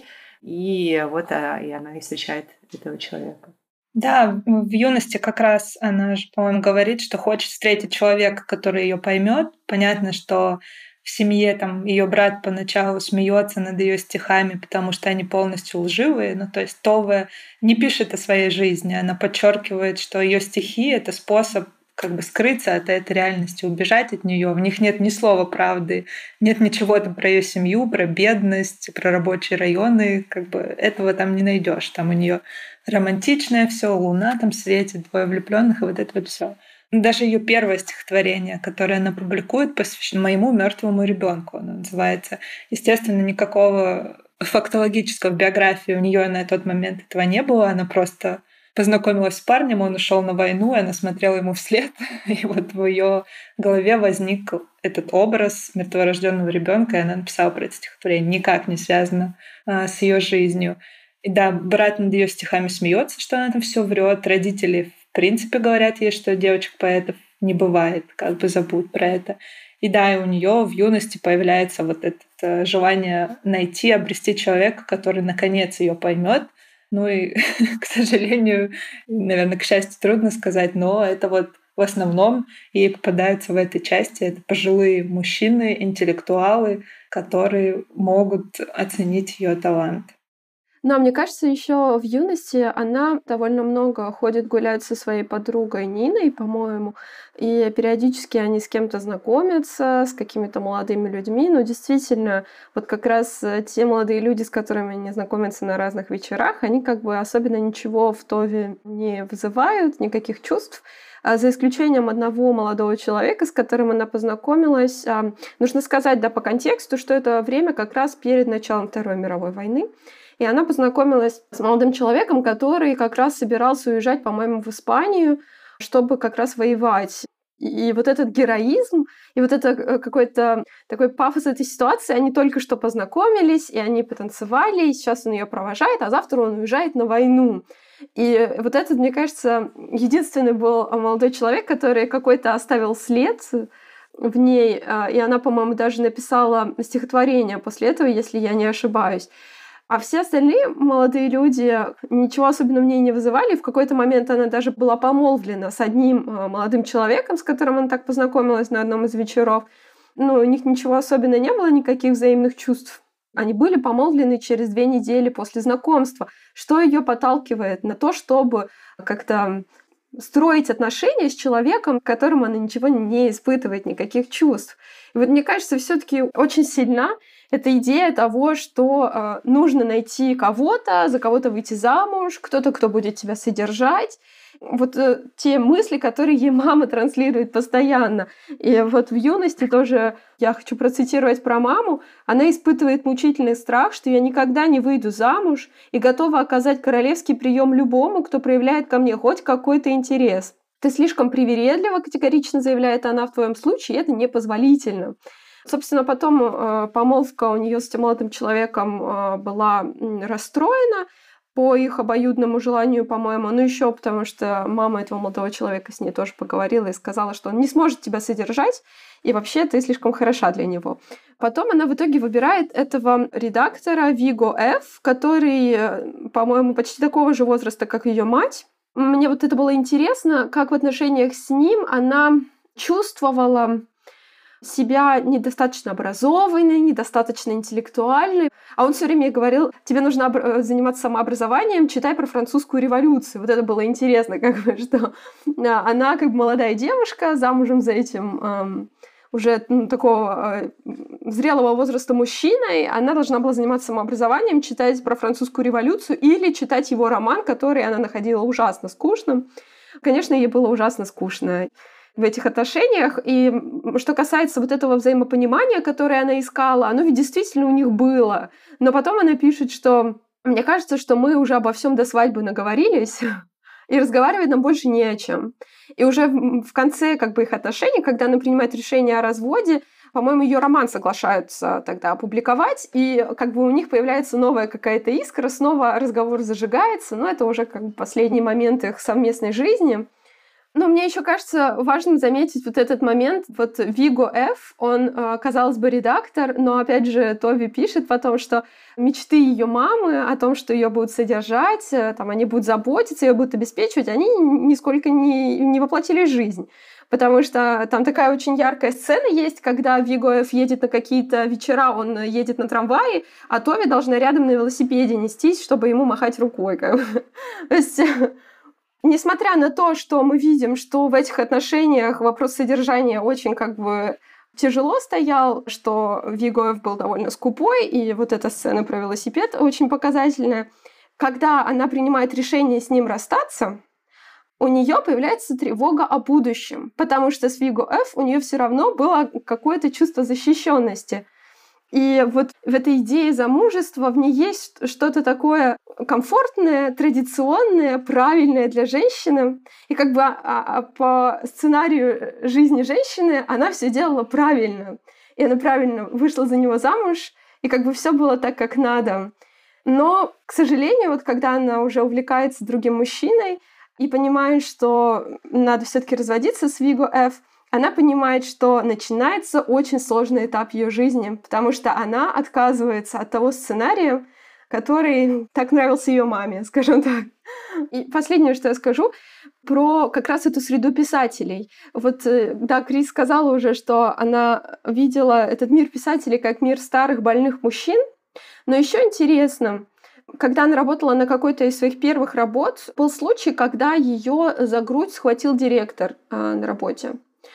и вот и она и встречает этого человека. Да, в юности как раз она же, по-моему, говорит, что хочет встретить человека, который ее поймет. Понятно, что в семье там ее брат поначалу смеется над ее стихами, потому что они полностью лживые. Ну, то есть Това не пишет о своей жизни, она подчеркивает, что ее стихи — это способ как бы скрыться от этой реальности, убежать от нее. В них нет ни слова правды, нет ничего там про ее семью, про бедность, про рабочие районы. Как бы этого там не найдешь. Там у нее романтичное все, луна там светит, двое влюбленных, и вот это вот все. Даже ее первое стихотворение, которое она публикует, посвящено моему мертвому ребенку. Оно называется. Естественно, никакого фактологического в биографии у нее на тот момент этого не было. Она просто познакомилась с парнем, он ушел на войну, и она смотрела ему вслед. И вот в ее голове возник этот образ мертворожденного ребенка, и она написала про это стихотворение. Никак не связано с ее жизнью. И да, брат над ее стихами смеется, что она там все врет. Родители в принципе говорят ей, что девочек-поэтов не бывает, как бы забудь про это. И да, и у нее в юности появляется вот это желание найти, обрести человека, который наконец ее поймет. Ну и, к сожалению, наверное, к счастью, трудно сказать, но это вот в основном ей попадаются в этой части. Это пожилые мужчины, интеллектуалы, которые могут оценить ее талант. Но мне кажется, еще в юности она довольно много ходит гулять со своей подругой Ниной, по-моему, и периодически они с кем-то знакомятся, с какими-то молодыми людьми. Но действительно, вот как раз те молодые люди, с которыми они знакомятся на разных вечерах, они как бы особенно ничего в Тове не вызывают, никаких чувств. За исключением одного молодого человека, с которым она познакомилась. Нужно сказать, да, по контексту, что это время как раз перед началом Второй мировой войны. И она познакомилась с молодым человеком, который как раз собирался уезжать, по-моему, в Испанию, чтобы как раз воевать. И вот этот героизм, и вот это какой-то такой пафос этой ситуации, они только что познакомились, и они потанцевали, и сейчас он ее провожает, а завтра он уезжает на войну. И вот этот, мне кажется, единственный был молодой человек, который какой-то оставил след в ней, и она, по-моему, даже написала стихотворение после этого, если я не ошибаюсь. А все остальные молодые люди ничего особенного в ней не вызывали. В какой-то момент она даже была помолвлена с одним молодым человеком, с которым она так познакомилась на одном из вечеров. Но у них ничего особенного не было, никаких взаимных чувств. Они были помолвлены через 2 недели после знакомства. Что ее подталкивает на то, чтобы как-то строить отношения с человеком, к которому она ничего не испытывает, никаких чувств. И вот мне кажется, все-таки очень сильна эта идея того, что нужно найти кого-то, за кого-то выйти замуж, кто-то, кто будет тебя содержать. Вот те мысли, которые ей мама транслирует постоянно. И вот в юности тоже, я хочу процитировать про маму, она испытывает мучительный страх, что я никогда не выйду замуж и готова оказать королевский прием любому, кто проявляет ко мне хоть какой-то интерес. Ты слишком привередлива, категорично заявляет она в твоем случае, и это непозволительно. Собственно, потом помолвка у нее с этим молодым человеком была расстроена по их обоюдному желанию, по-моему, но еще потому, что мама этого молодого человека с ней тоже поговорила и сказала, что он не сможет тебя содержать, и вообще ты слишком хороша для него. Потом она в итоге выбирает этого редактора Виго Ф., который, по-моему, почти такого же возраста, как ее мать. Мне вот это было интересно, как в отношениях с ним она чувствовала себя недостаточно образованной, недостаточно интеллектуальной. А он все время говорил, тебе нужно заниматься самообразованием, читай про французскую революцию. Вот это было интересно, как бы, что она как бы молодая девушка, замужем за этим уже такого зрелого возраста мужчиной, она должна была заниматься самообразованием, читать про французскую революцию или читать его роман, который она находила ужасно скучным. Конечно, ей было ужасно скучно в этих отношениях. И что касается вот этого взаимопонимания, которое она искала, оно ведь действительно у них было. Но потом она пишет, что мне кажется, что мы уже обо всем до свадьбы наговорились, и разговаривать нам больше не о чем. И уже в конце как бы их отношений, когда она принимает решение о разводе, по-моему, ее роман соглашаются тогда опубликовать, и как бы у них появляется новая какая-то искра, снова разговор зажигается, но это уже как бы последний момент их совместной жизни. Но мне еще кажется важным заметить вот этот момент. Вот Виго Ф., он, казалось бы, редактор, но, опять же, Тови пишет потом, что мечты ее мамы о том, что ее будут содержать, там, они будут заботиться, ее будут обеспечивать, они нисколько не воплотились в жизнь. Потому что там такая очень яркая сцена есть, когда Виго Ф. едет на какие-то вечера, он едет на трамвае, а Тови должна рядом на велосипеде нестись, чтобы ему махать рукой. Как бы. То есть несмотря на то, что мы видим, что в этих отношениях вопрос содержания очень тяжело стоял, что Виго Ф был довольно скупой, и вот эта сцена про велосипед очень показательная. Когда она принимает решение с ним расстаться, у нее появляется тревога о будущем, потому что с Виго Ф у нее все равно было какое-то чувство защищенности. И вот в этой идее замужества в ней есть что-то такое комфортное, традиционное, правильное для женщины. И по сценарию жизни женщины она все делала правильно. И она правильно вышла за него замуж, и все было так, как надо. Но, к сожалению, вот когда она уже увлекается другим мужчиной и понимает, что надо все-таки разводиться с Виго Ф, она понимает, что начинается очень сложный этап ее жизни, потому что она отказывается от того сценария, который так нравился ее маме, скажем так. И последнее, что я скажу, про как раз эту среду писателей. Да, Крис сказала уже, что она видела этот мир писателей как мир старых больных мужчин, но еще интересно, когда она работала на какой-то из своих первых работ, был случай, когда ее за грудь схватил директор на работе.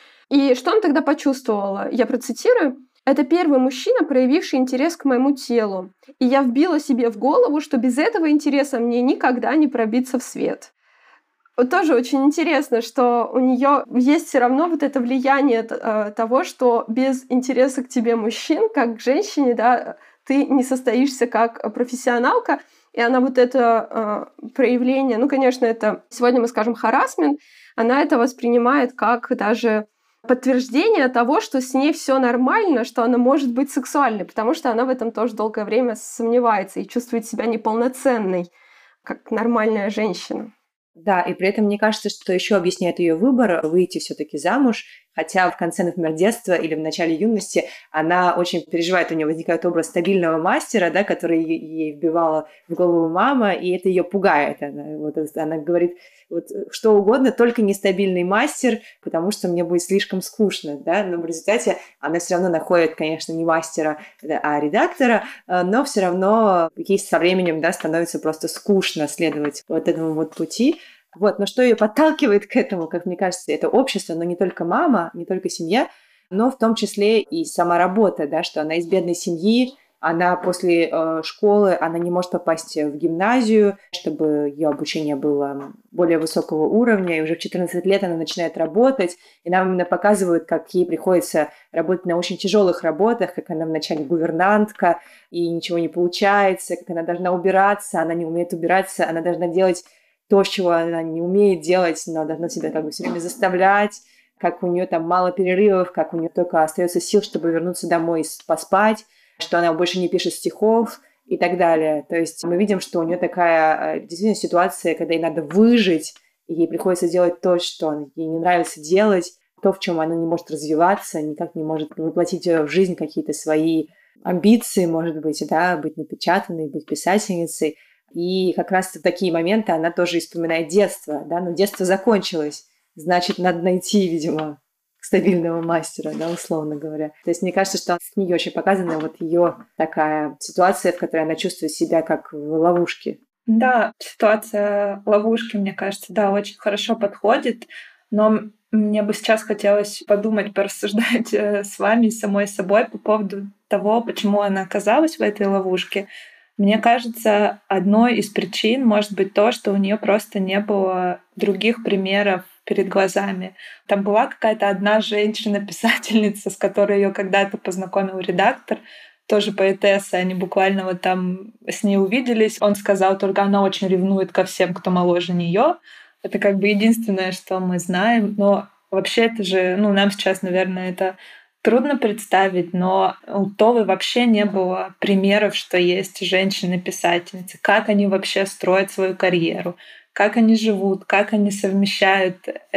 И что она тогда почувствовала? Я процитирую. «Это первый мужчина, проявивший интерес к моему телу. И я вбила себе в голову, что без этого интереса мне никогда не пробиться в свет». Вот тоже очень интересно, что у нее есть все равно вот это влияние того, что без интереса к тебе мужчин, как к женщине, да, ты не состоишься как профессионалка. И она это проявление, конечно, это сегодня мы скажем харассмент, она это воспринимает как даже подтверждение того, что с ней все нормально, что она может быть сексуальной, потому что она в этом тоже долгое время сомневается и чувствует себя неполноценной, как нормальная женщина. Да, и при этом мне кажется, что еще объясняет ее выбор выйти все-таки замуж, хотя в конце, например, детства или в начале юности она очень переживает, у нее возникает образ стабильного мастера, да, который ей вбивала в голову мама, и это ее пугает. Она говорит, что угодно, только нестабильный мастер, потому что мне будет слишком скучно, да, но в результате она все равно находит, конечно, не мастера, а редактора, но все равно ей со временем, да, становится просто скучно следовать этому пути. Но что ее подталкивает к этому, как мне кажется, это общество, но не только мама, не только семья, но в том числе и сама работа, да, что она из бедной семьи, она после школы, она не может попасть в гимназию, чтобы ее обучение было более высокого уровня, и уже в 14 лет она начинает работать, и нам именно показывают, как ей приходится работать на очень тяжелых работах, как она вначале гувернантка, и ничего не получается, как она должна убираться, она не умеет убираться, она должна делать то, чего она не умеет делать, но должна себя все время заставлять, как у нее там мало перерывов, как у нее только остается сил, чтобы вернуться домой и поспать, что она больше не пишет стихов и так далее. То есть мы видим, что у нее такая действительно ситуация, когда ей надо выжить, и ей приходится делать то, что ей не нравится делать, то, в чем она не может развиваться, никак не может воплотить в жизнь какие-то свои амбиции, может быть, да, быть напечатанной, быть писательницей. И как раз в такие моменты она тоже вспоминает детство, да, но детство закончилось, значит, надо найти, видимо, стабильного мастера, да, условно говоря. То есть мне кажется, что в книге очень показана ее такая ситуация, в которой она чувствует себя как в ловушке. Да, ситуация ловушки, мне кажется, да, очень хорошо подходит, но мне бы сейчас хотелось подумать, порассуждать с вами, самой собой по поводу того, почему она оказалась в этой ловушке. Мне кажется, одной из причин может быть то, что у нее просто не было других примеров перед глазами. Там была какая-то одна женщина-писательница, с которой ее когда-то познакомил редактор, тоже поэтесса, они буквально там с ней увиделись. Он сказал, только она очень ревнует ко всем, кто моложе нее. Это единственное, что мы знаем. Но вообще это же, нам сейчас, наверное, это трудно представить, но у Товы вообще не было примеров, что есть женщины-писательницы, как они вообще строят свою карьеру, как они живут, как они совмещают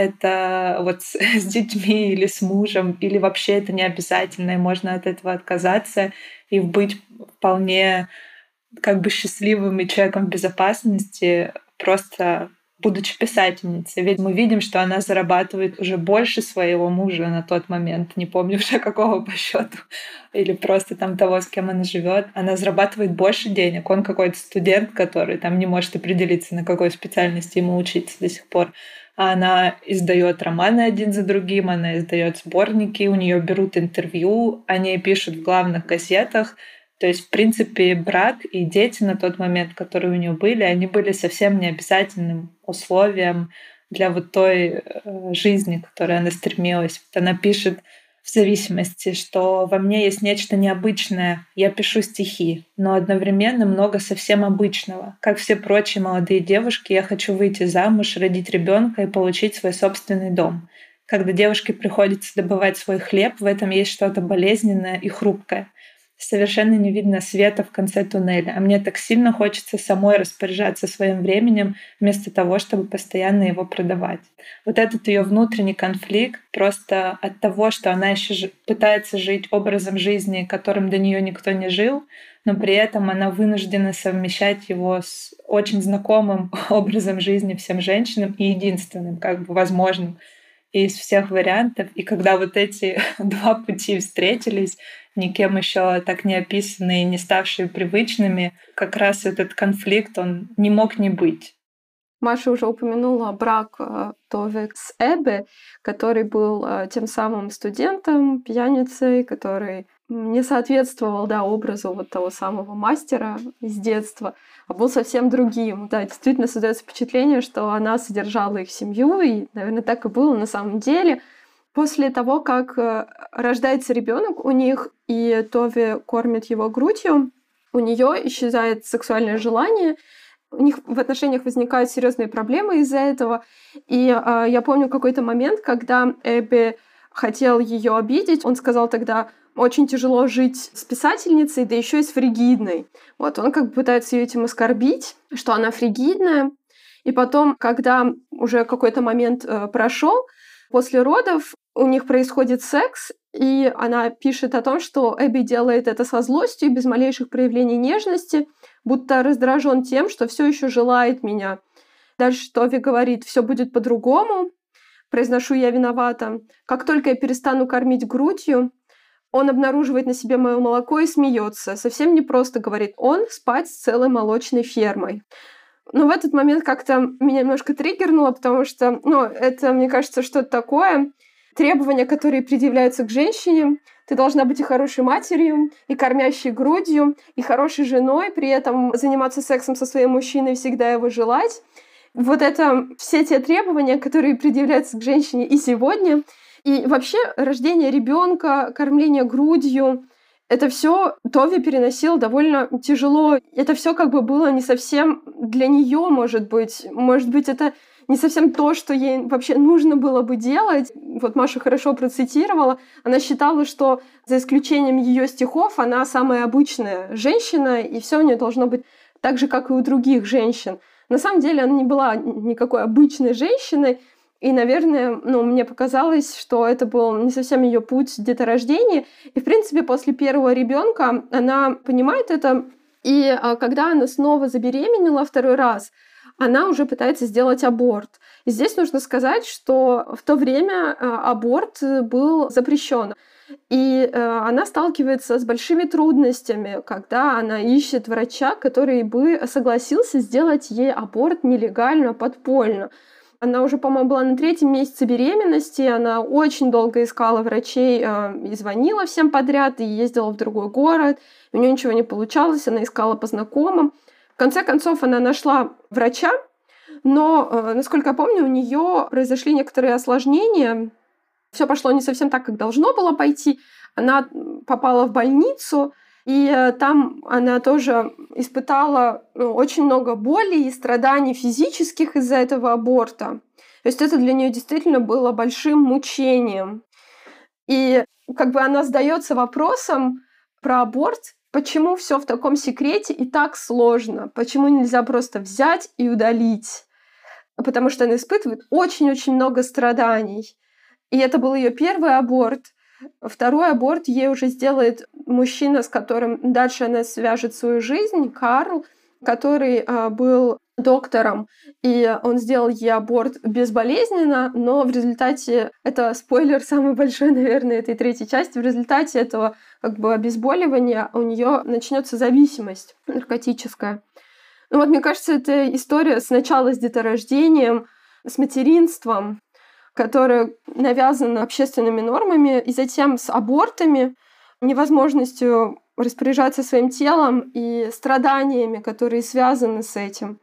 это с детьми или с мужем, или вообще это не обязательно, и можно от этого отказаться и быть вполне счастливым и человеком в безопасности, просто будучи писательницей. Ведь мы видим, что она зарабатывает уже больше своего мужа на тот момент, не помню уже какого по счету, или просто там того, с кем она живет. Она зарабатывает больше денег. Он какой-то студент, который там не может определиться, на какой специальности ему учиться до сих пор. А она издает романы один за другим, она издает сборники, у нее берут интервью, о ней пишут в главных газетах. То есть, в принципе, брак и дети на тот момент, которые у нее были, они были совсем не обязательным условием для вот той жизни, к которой она стремилась. Вот она пишет в зависимости, что во мне есть нечто необычное. Я пишу стихи, но одновременно много совсем обычного. Как все прочие молодые девушки, я хочу выйти замуж, родить ребенка и получить свой собственный дом. Когда девушке приходится добывать свой хлеб, в этом есть что-то болезненное и хрупкое. Совершенно не видно света в конце туннеля, а мне так сильно хочется самой распоряжаться своим временем вместо того, чтобы постоянно его продавать. Вот этот ее внутренний конфликт просто от того, что она еще пытается жить образом жизни, которым до нее никто не жил, но при этом она вынуждена совмещать его с очень знакомым образом жизни всем женщинам и единственным, как бы возможным из всех вариантов. И когда вот эти два пути встретились, никем еще так не описанные и не ставшие привычными, как раз этот конфликт, он не мог не быть. Маша уже упомянула брак Тове с Эбби, который был тем самым студентом, пьяницей, который не соответствовал, да, образу вот того самого мастера из детства, а был совсем другим. Да, действительно создается впечатление, что она содержала их семью, и, наверное, так и было на самом деле. После того, как рождается ребенок у них, и Тови кормит его грудью, у нее исчезает сексуальное желание, у них в отношениях возникают серьезные проблемы из-за этого. И я помню какой-то момент, когда Эбби хотел ее обидеть, он сказал тогда: очень тяжело жить с писательницей, да еще и с фригидной. Вот, он как бы пытается ее этим оскорбить, что она фригидная. И потом, когда уже какой-то момент прошел, после родов у них происходит секс, и она пишет о том, что Эбби делает это со злостью, без малейших проявлений нежности, будто раздражен тем, что все еще желает меня. Дальше Тови говорит: все будет по-другому. Произношу: я виновата. Как только я перестану кормить грудью, он обнаруживает на себе мое молоко и смеется. Совсем не просто, говорит он, спать с целой молочной фермой. Но в этот момент как-то меня немножко триггернуло, потому что, это, мне кажется, что-то такое. Требования, которые предъявляются к женщине. Ты должна быть и хорошей матерью, и кормящей грудью, и хорошей женой, при этом заниматься сексом со своим мужчиной, всегда его желать. Вот это все те требования, которые предъявляются к женщине и сегодня. И вообще рождение ребенка, кормление грудью, это все Тови переносил довольно тяжело. Это все как бы было не совсем для нее, может быть. Может быть, это не совсем то, что ей вообще нужно было бы делать. Вот Маша хорошо процитировала. Она считала, что за исключением ее стихов она самая обычная женщина, и все у нее должно быть так же, как и у других женщин. На самом деле она не была никакой обычной женщиной, и, наверное, мне показалось, что это был не совсем ее путь деторождения. И, в принципе, после первого ребенка она понимает это, и когда она снова забеременела второй раз, она уже пытается сделать аборт. И здесь нужно сказать, что в то время аборт был запрещен. И она сталкивается с большими трудностями, когда она ищет врача, который бы согласился сделать ей аборт нелегально, подпольно. Она уже, по-моему, была на 3-м месяце беременности, она очень долго искала врачей и звонила всем подряд, и ездила в другой город. У нее ничего не получалось, она искала по знакомым. В конце концов, она нашла врача, но, насколько я помню, у нее произошли некоторые осложнения. Все пошло не совсем так, как должно было пойти. Она попала в больницу, и там она тоже испытала очень много боли и страданий физических из-за этого аборта. То есть это для нее действительно было большим мучением. И как бы она задается вопросом про аборт, почему все в таком секрете и так сложно? Почему нельзя просто взять и удалить? Потому что она испытывает очень-очень много страданий. И это был ее первый аборт. Второй аборт ей уже сделает мужчина, с которым дальше она свяжет свою жизнь, Карл. который был доктором, и он сделал ей аборт безболезненно, но в результате, это спойлер самый большой, наверное, этой третьей части, в результате этого обезболивания у нее начнется зависимость наркотическая. Ну вот, мне кажется, это история сначала с деторождением, с материнством, которое навязано общественными нормами, и затем с абортами, невозможностью распоряжаться своим телом и страданиями, которые связаны с этим.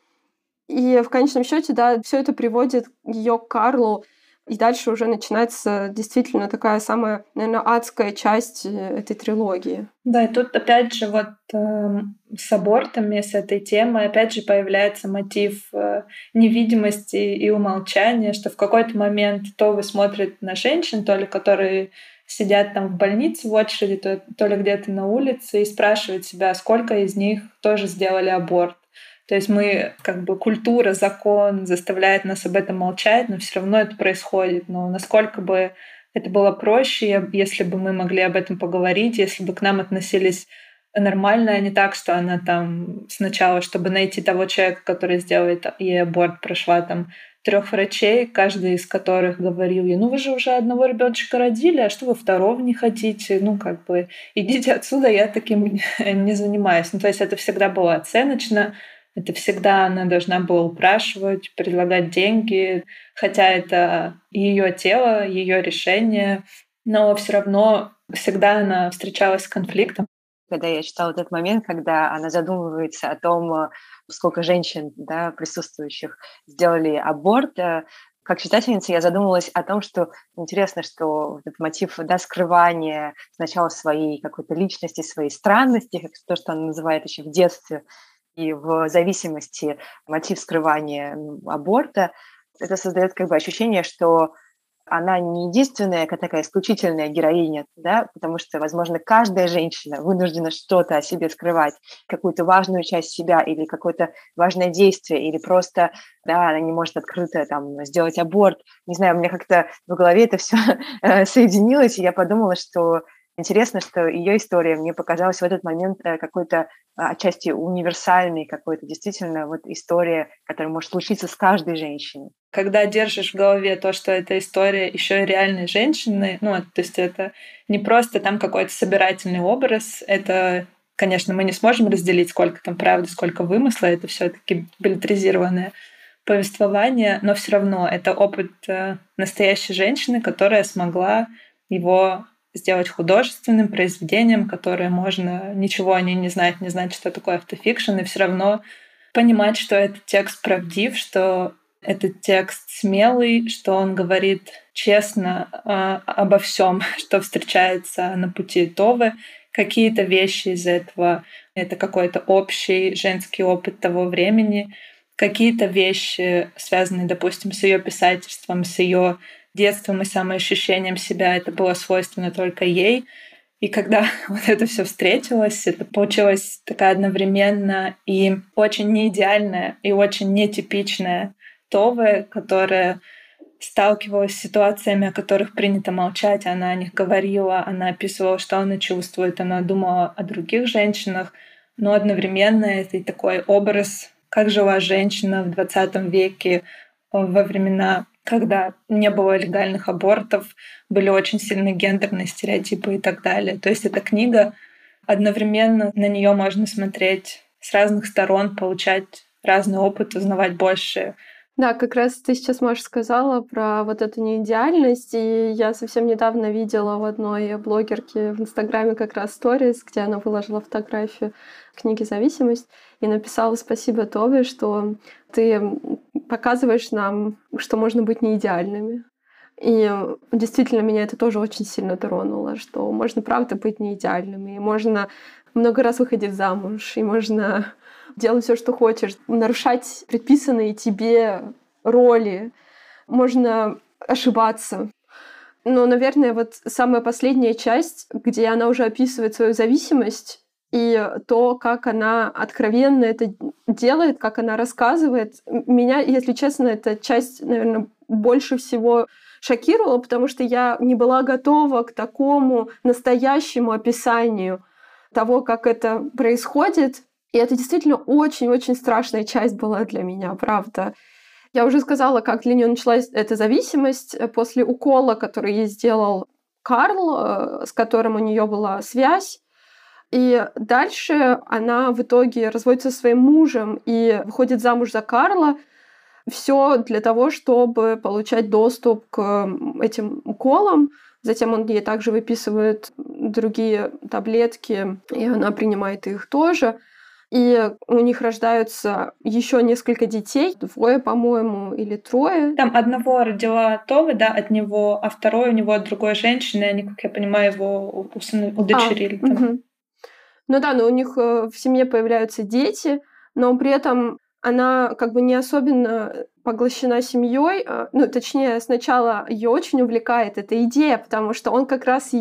И в конечном счете, да, все это приводит ее к Карлу, и дальше уже начинается действительно такая самая, наверное, адская часть этой трилогии. Да, и тут опять же вот с абортами, с этой темой, опять же появляется мотив невидимости и умолчания, что в какой-то момент то вы смотрите на женщин, то ли которые сидят там в больнице в очереди, то ли где-то на улице, и спрашивают себя, сколько из них тоже сделали аборт. То есть мы, культура, закон заставляет нас об этом молчать, но все равно это происходит. Но насколько бы это было проще, если бы мы могли об этом поговорить, если бы к нам относились нормально, а не так, что она там сначала, чтобы найти того человека, который сделает ей аборт, прошла там 3 врачей, каждый из которых говорил ей: ну вы же уже одного ребеночка родили, а что вы второго не хотите? Идите отсюда, я таким не занимаюсь. То есть это всегда было оценочно, это всегда она должна была упрашивать, предлагать деньги, хотя это ее тело, ее решение, но все равно всегда она встречалась с конфликтом. Когда я читала этот момент, когда она задумывается о том, сколько женщин, да, присутствующих, сделали аборт, как читательница я задумалась о том, что интересно, что этот мотив, да, скрывания сначала своей какой-то личности, своей странности, то, что она называет еще в детстве, и в зависимости мотив скрывания аборта, это создает ощущение, что она не единственная такая исключительная героиня, да, потому что, возможно, каждая женщина вынуждена что-то о себе скрывать, какую-то важную часть себя или какое-то важное действие, или просто, да, она не может открыто там сделать аборт. Не знаю, у меня как-то в голове это все соединилось, и я подумала, что интересно, что ее история мне показалась в этот момент какой-то отчасти универсальной, какой-то действительно история, которая может случиться с каждой женщиной. Когда держишь в голове то, что это история еще и реальной женщины, то есть это не просто там какой-то собирательный образ, это, конечно, мы не сможем разделить, сколько там правды, сколько вымысла, это все-таки билетризированное повествование, но все равно это опыт настоящей женщины, которая смогла его сделать художественным произведением, которое можно ничего о ней не знать, что такое автофикшн, и все равно понимать, что этот текст правдив, что этот текст смелый, что он говорит честно обо всем, что встречается на пути Товы. Какие-то вещи из этого — это какой-то общий женский опыт того времени. Какие-то вещи, связанные, допустим, с ее писательством, с ее детством и самоощущением себя, это было свойственно только ей. И когда вот это все встретилось, это получилась такая одновременно и очень неидеальная, и очень нетипичная Тове, которая сталкивалась с ситуациями, о которых принято молчать. Она о них говорила, она описывала, что она чувствует, она думала о других женщинах, но одновременно это и такой образ, как жила женщина в 20 веке во времена, когда не было легальных абортов, были очень сильные гендерные стереотипы и так далее. То есть эта книга, одновременно на нее можно смотреть с разных сторон, получать разный опыт, узнавать больше. Да, как раз ты сейчас, Маша, сказала про вот эту неидеальность, и я совсем недавно видела в одной блогерке в Инстаграме как раз сторис, где она выложила фотографию книги «Зависимость» и написала: спасибо, Тове, что ты показываешь нам, что можно быть неидеальными. И действительно, меня это тоже очень сильно тронуло, что можно, правда, быть неидеальными, и можно много раз выходить замуж, и можно делать все, что хочешь, нарушать предписанные тебе роли, можно ошибаться. Но, наверное, вот самая последняя часть, где она уже описывает свою зависимость и то, как она откровенно это делает, как она рассказывает, меня, если честно, эта часть, наверное, больше всего шокировала, потому что я не была готова к такому настоящему описанию того, как это происходит. И это действительно очень-очень страшная часть была для меня, правда. Я уже сказала, как для нее началась эта зависимость после укола, который ей сделал Карл, с которым у нее была связь. И дальше она в итоге разводится со своим мужем и выходит замуж за Карла. Все для того, чтобы получать доступ к этим уколам. Затем он ей также выписывает другие таблетки, и она принимает их тоже. И у них рождаются еще несколько детей, 2, по-моему, или 3. Там одного родила Това, да, от него, а второй у него от другой женщины, они, как я понимаю, его удочерили. Ну да, но у них в семье появляются дети, но при этом она как бы не особенно поглощена семьей. Ну, точнее, сначала ее очень увлекает эта идея, потому что он как раз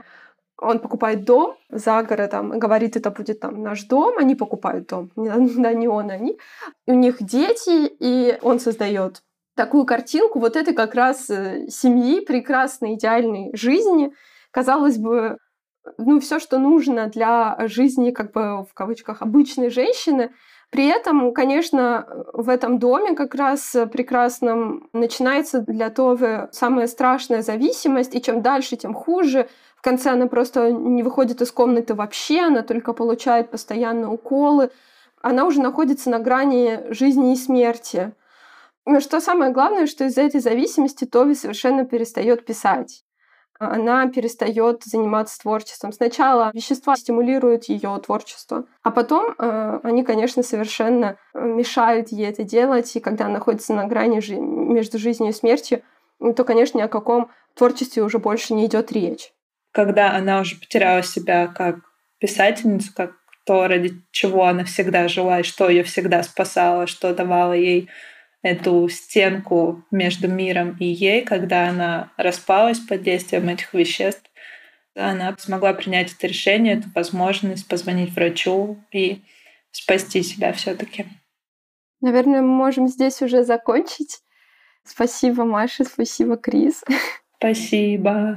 он покупает дом за городом, говорит, это будет там наш дом, они покупают дом, да, не он, они. И у них дети, и он создает такую картинку вот этой как раз семьи, прекрасной, идеальной жизни. Казалось бы, все, что нужно для жизни, как бы в кавычках, обычной женщины. При этом, конечно, в этом доме как раз прекрасном начинается для Товы самая страшная зависимость, и чем дальше, тем хуже. В конце она просто не выходит из комнаты вообще, она только получает постоянно уколы. Она уже находится на грани жизни и смерти. Но что самое главное, что из-за этой зависимости Тове совершенно перестает писать. Она перестает заниматься творчеством. Сначала вещества стимулируют ее творчество, а потом они, конечно, совершенно мешают ей это делать. И когда она находится на грани между жизнью и смертью, то, конечно, ни о каком творчестве уже больше не идет речь. Когда она уже потеряла себя как писательницу, как то, ради чего она всегда жила, и что ее всегда спасало, что давало ей эту стенку между миром и ей, когда она распалась под действием этих веществ, она смогла принять это решение, эту возможность позвонить врачу и спасти себя все-таки. Наверное, мы можем здесь уже закончить. Спасибо, Маша, спасибо, Крис. Спасибо.